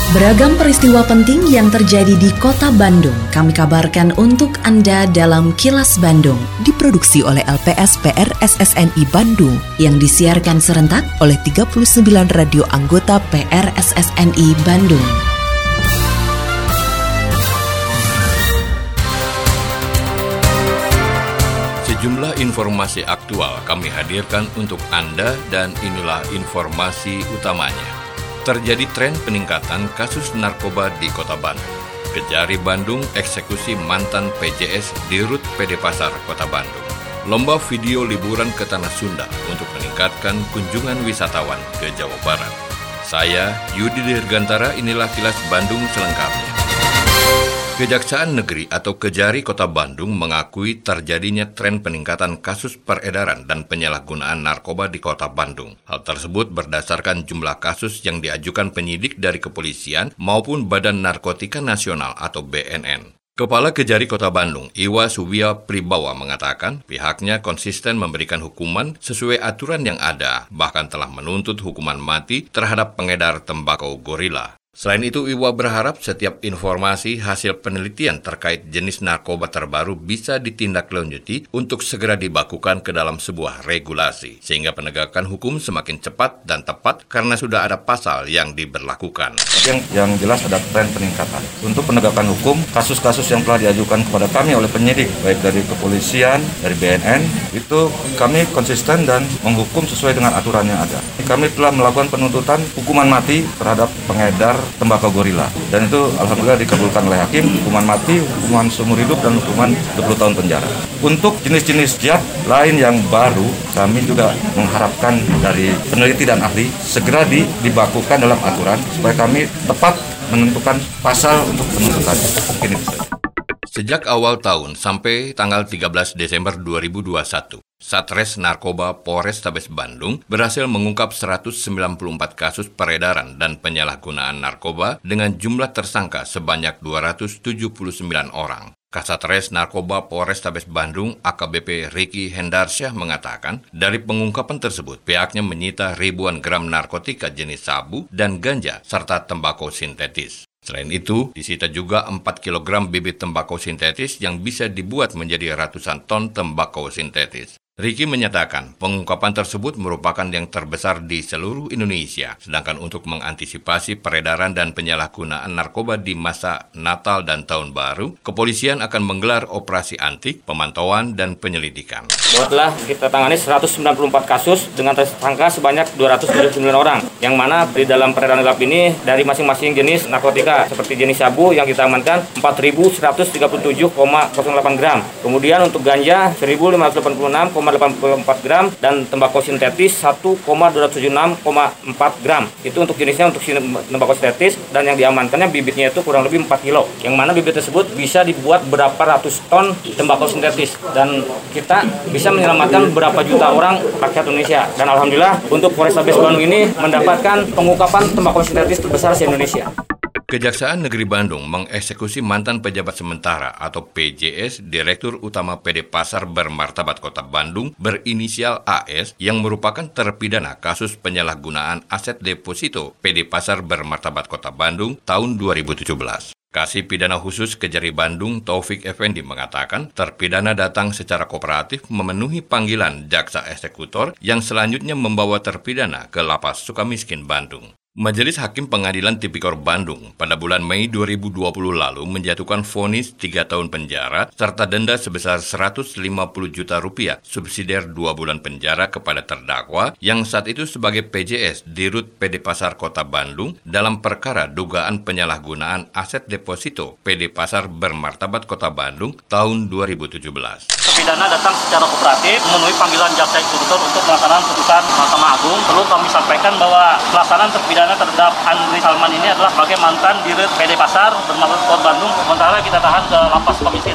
Beragam peristiwa penting yang terjadi di Kota Bandung kami kabarkan untuk Anda dalam Kilas Bandung. Diproduksi oleh LPSPR SSNI Bandung yang disiarkan serentak oleh 39 radio anggota PRSSNI Bandung. Sejumlah informasi aktual kami hadirkan untuk Anda dan inilah informasi utamanya. Terjadi tren peningkatan kasus narkoba di Kota Bandung. Kejari Bandung eksekusi mantan PJS di Rut PD Pasar Kota Bandung. Lomba video liburan ke Tanah Sunda untuk meningkatkan kunjungan wisatawan ke Jawa Barat. Saya, Yudi Dirgantara, inilah Kilas Bandung selengkapnya. Kejaksaan Negeri atau Kejari Kota Bandung mengakui terjadinya tren peningkatan kasus peredaran dan penyalahgunaan narkoba di Kota Bandung. Hal tersebut berdasarkan jumlah kasus yang diajukan penyidik dari kepolisian maupun Badan Narkotika Nasional atau BNN. Kepala Kejari Kota Bandung, Iwa Suwia Pribawa mengatakan pihaknya konsisten memberikan hukuman sesuai aturan yang ada, bahkan telah menuntut hukuman mati terhadap pengedar tembakau gorila. Selain itu, Iwa berharap setiap informasi hasil penelitian terkait jenis narkoba terbaru bisa ditindaklanjuti untuk segera dibakukan ke dalam sebuah regulasi, sehingga penegakan hukum semakin cepat dan tepat karena sudah ada pasal yang diberlakukan. Yang jelas ada tren peningkatan. Untuk penegakan hukum, kasus-kasus yang telah diajukan kepada kami oleh penyidik, baik dari kepolisian, dari BNN, itu kami konsisten dan menghukum sesuai dengan aturan yang ada. Kami telah melakukan penuntutan hukuman mati terhadap pengedar tembakau gorila. Dan itu alhamdulillah dikabulkan oleh hakim, hukuman mati, hukuman seumur hidup, dan hukuman 20 tahun penjara. Untuk jenis-jenis zat lain yang baru, kami juga mengharapkan dari peneliti dan ahli segera dibakukan dalam aturan supaya kami tepat menentukan pasal untuk penuntutan. Mungkin itu saja. Sejak awal tahun sampai tanggal 13 Desember 2021, Satres Narkoba Polrestabes Bandung berhasil mengungkap 194 kasus peredaran dan penyalahgunaan narkoba dengan jumlah tersangka sebanyak 279 orang. Kasatres Narkoba Polrestabes Bandung AKBP Ricky Hendarsyah mengatakan, dari pengungkapan tersebut pihaknya menyita ribuan gram narkotika jenis sabu dan ganja serta tembakau sintetis. Selain itu, disita juga 4 kg bibit tembakau sintetis yang bisa dibuat menjadi ratusan ton tembakau sintetis. Ricky menyatakan pengungkapan tersebut merupakan yang terbesar di seluruh Indonesia, sedangkan untuk mengantisipasi peredaran dan penyalahgunaan narkoba di masa Natal dan Tahun Baru, kepolisian akan menggelar operasi antik, pemantauan, dan penyelidikan. Telah kita tangani 194 kasus dengan tersangka sebanyak 279 orang, yang mana di dalam peredaran gelap ini dari masing-masing jenis narkotika, seperti jenis sabu yang kita amankan 4.137,08 gram. Kemudian untuk ganja 1.586,84 gram dan tembakau sintetis 1,276,4 gram. Itu untuk jenisnya, untuk tembakau sintetis, dan yang diamankannya bibitnya itu kurang lebih 4 kilo. Yang mana bibit tersebut bisa dibuat berapa ratus ton tembakau sintetis, dan kita bisa menyelamatkan berapa juta orang rakyat Indonesia. Dan alhamdulillah untuk Polrestabes Bandung ini mendapatkan pengungkapan tembakau sintetis terbesar di Indonesia. Kejaksaan Negeri Bandung mengeksekusi mantan pejabat sementara atau PJS Direktur Utama PD Pasar Bermartabat Kota Bandung berinisial AS yang merupakan terpidana kasus penyalahgunaan aset deposito PD Pasar Bermartabat Kota Bandung tahun 2017. Kasih Pidana Khusus Kejari Bandung Taufik Effendi mengatakan terpidana datang secara kooperatif memenuhi panggilan jaksa eksekutor yang selanjutnya membawa terpidana ke Lapas Sukamiskin Bandung. Majelis Hakim Pengadilan Tipikor Bandung pada bulan Mei 2020 lalu menjatuhkan vonis 3 tahun penjara serta denda sebesar 150 juta rupiah subsidiar 2 bulan penjara kepada terdakwa yang saat itu sebagai PJS di Rut PD Pasar Kota Bandung dalam perkara dugaan penyalahgunaan aset deposito PD Pasar Bermartabat Kota Bandung tahun 2017. Terpidana datang secara kooperatif memenuhi panggilan jaksa eksekutor untuk pelaksanaan putusan Mahkamah Agung. Perlu kami sampaikan bahwa pelaksanaan terpidana terhadap Andri Salman ini adalah sebagai mantan Dirut PD Pasar Bermartabat Kota Bandung, sementara kita tahan ke Lapas Sukamiskin.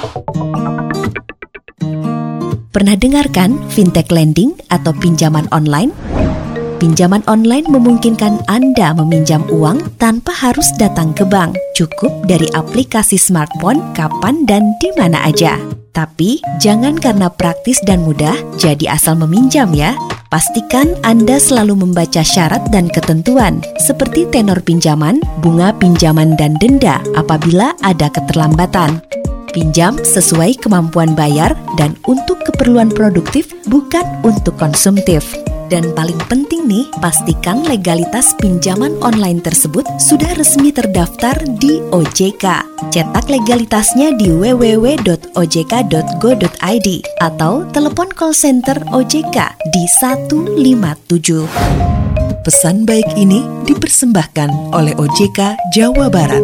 Pernah dengarkan fintech lending atau pinjaman online? Pinjaman online memungkinkan Anda meminjam uang tanpa harus datang ke bank. Cukup dari aplikasi smartphone kapan dan di mana aja. Tapi jangan karena praktis dan mudah jadi asal meminjam ya. Pastikan Anda selalu membaca syarat dan ketentuan seperti tenor pinjaman, bunga pinjaman dan denda apabila ada keterlambatan. Pinjam sesuai kemampuan bayar dan untuk keperluan produktif, bukan untuk konsumtif. Dan paling penting nih, pastikan legalitas pinjaman online tersebut sudah resmi terdaftar di OJK. Cetak legalitasnya di www.ojk.go.id atau telepon call center OJK di 157. Pesan baik ini dipersembahkan oleh OJK Jawa Barat.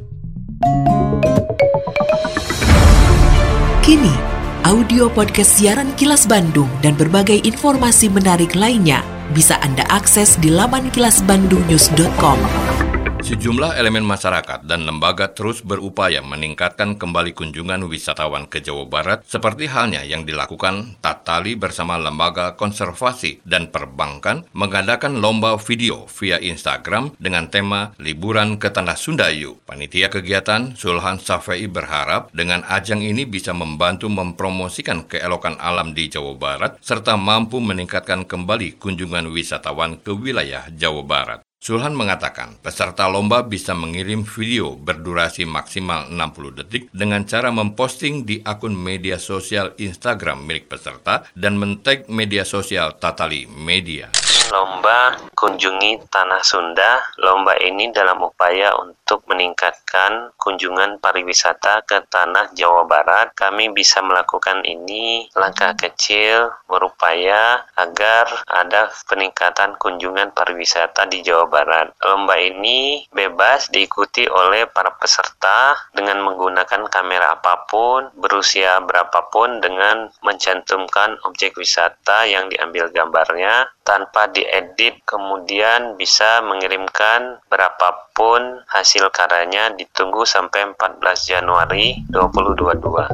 Kini, audio podcast siaran Kilas Bandung dan berbagai informasi menarik lainnya bisa Anda akses di laman kilasbandungnews.com. Sejumlah elemen masyarakat dan lembaga terus berupaya meningkatkan kembali kunjungan wisatawan ke Jawa Barat seperti halnya yang dilakukan Tatali bersama Lembaga Konservasi dan Perbankan mengadakan lomba video via Instagram dengan tema Liburan ke Tanah Sundayu. Panitia kegiatan Sulhan Safei berharap dengan ajang ini bisa membantu mempromosikan keelokan alam di Jawa Barat serta mampu meningkatkan kembali kunjungan wisatawan ke wilayah Jawa Barat. Sulhan mengatakan peserta lomba bisa mengirim video berdurasi maksimal 60 detik dengan cara memposting di akun media sosial Instagram milik peserta dan men-tag media sosial Tatali Media. Lomba Kunjungi Tanah Sunda. Lomba ini dalam upaya untuk meningkatkan kunjungan pariwisata ke Tanah Jawa Barat. Kami bisa melakukan ini langkah kecil berupaya agar ada peningkatan kunjungan pariwisata di Jawa Barat. Lomba ini bebas diikuti oleh para peserta dengan menggunakan kamera apapun, berusia berapapun dengan mencantumkan objek wisata yang diambil gambarnya tanpa diedit, kemudian bisa mengirimkan berapapun hasil karyanya. Ditunggu sampai 14 Januari 2022.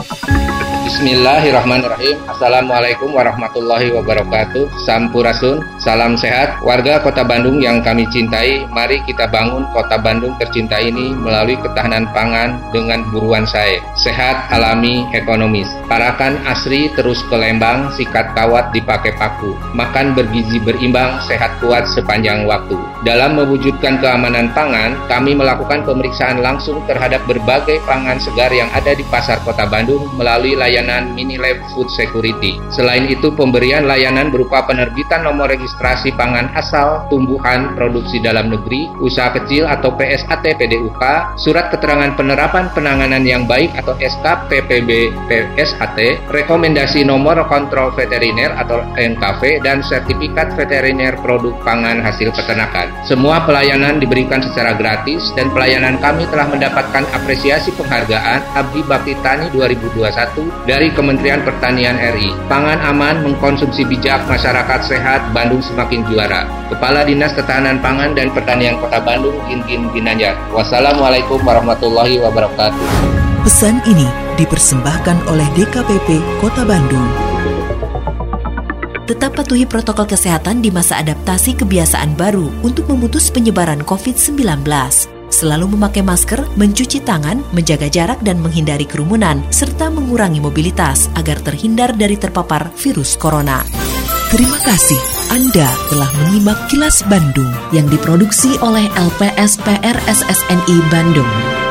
Bismillahirrahmanirrahim. Assalamualaikum warahmatullahi wabarakatuh. Sampurasun, salam sehat. Warga Kota Bandung yang kami cintai, mari kita bangun Kota Bandung tercinta ini melalui ketahanan pangan dengan buruan saya. Sehat, alami, ekonomis. Parakan asri terus ke Lembang, sikat kawat dipakai paku. Makan bergizi berimbang, sehat kuat sepanjang waktu. Dalam mewujudkan keamanan pangan, kami melakukan pemeriksaan langsung terhadap berbagai pangan segar yang ada di pasar Kota Bandung melalui layanan Mini Lab Food Security. Selain itu, pemberian layanan berupa penerbitan nomor registrasi pangan asal, tumbuhan, produksi dalam negeri, usaha kecil atau PSAT PDUK, surat keterangan penerapan penanganan yang baik atau SK PPB PSAT, rekomendasi nomor kontrol veteriner atau NKV, dan sertifikat veteriner produk pangan hasil peternakan. Semua pelayanan diberikan secara gratis dan pelayanan kami telah mendapatkan apresiasi penghargaan Abdi Bakti Tani 2021 dari Kementerian Pertanian RI. Pangan aman, mengkonsumsi bijak, masyarakat sehat, Bandung semakin juara. Kepala Dinas Ketahanan Pangan dan Pertanian Kota Bandung, Gin Ginanjar. Wassalamualaikum warahmatullahi wabarakatuh. Pesan ini dipersembahkan oleh DKPP Kota Bandung. Tetap patuhi protokol kesehatan di masa adaptasi kebiasaan baru untuk memutus penyebaran COVID-19. Selalu memakai masker, mencuci tangan, menjaga jarak dan menghindari kerumunan, serta mengurangi mobilitas agar terhindar dari terpapar virus corona. Terima kasih Anda telah menyimak Kilas Bandung yang diproduksi oleh LPSPR SSNI Bandung.